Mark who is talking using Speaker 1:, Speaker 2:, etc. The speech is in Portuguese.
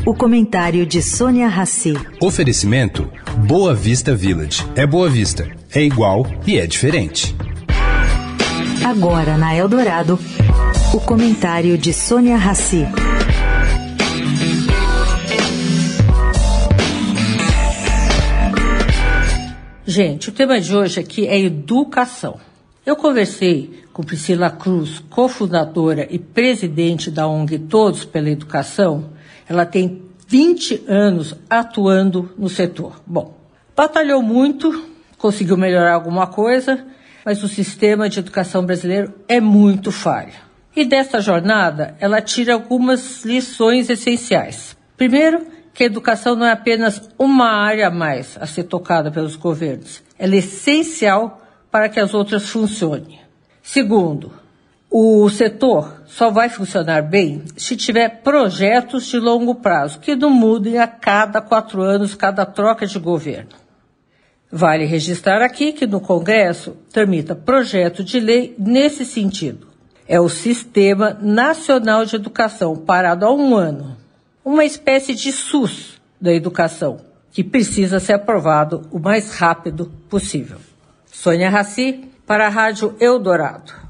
Speaker 1: O comentário de Sônia Rassi.
Speaker 2: Oferecimento Boa Vista Village. É Boa Vista, é igual e é diferente.
Speaker 1: Agora na Eldorado, o comentário de Sônia Rassi.
Speaker 3: Gente, o tema de hoje aqui é educação. Eu conversei com Priscila Cruz, cofundadora e presidente da ONG Todos pela Educação. Ela tem 20 anos atuando no setor. Bom, batalhou muito, conseguiu melhorar alguma coisa, mas o sistema de educação brasileiro é muito falho. E dessa jornada, ela tira algumas lições essenciais. Primeiro, que a educação não é apenas uma área a mais a ser tocada pelos governos. Ela é essencial para que as outras funcionem. Segundo, o setor só vai funcionar bem se tiver projetos de longo prazo, que não mudem a cada 4 anos, cada troca de governo. Vale registrar aqui que no Congresso tramita projeto de lei nesse sentido. É o Sistema Nacional de Educação, parado há 1 ano. Uma espécie de SUS da educação, que precisa ser aprovado o mais rápido possível. Sônia Rassi, para a Rádio Eldorado.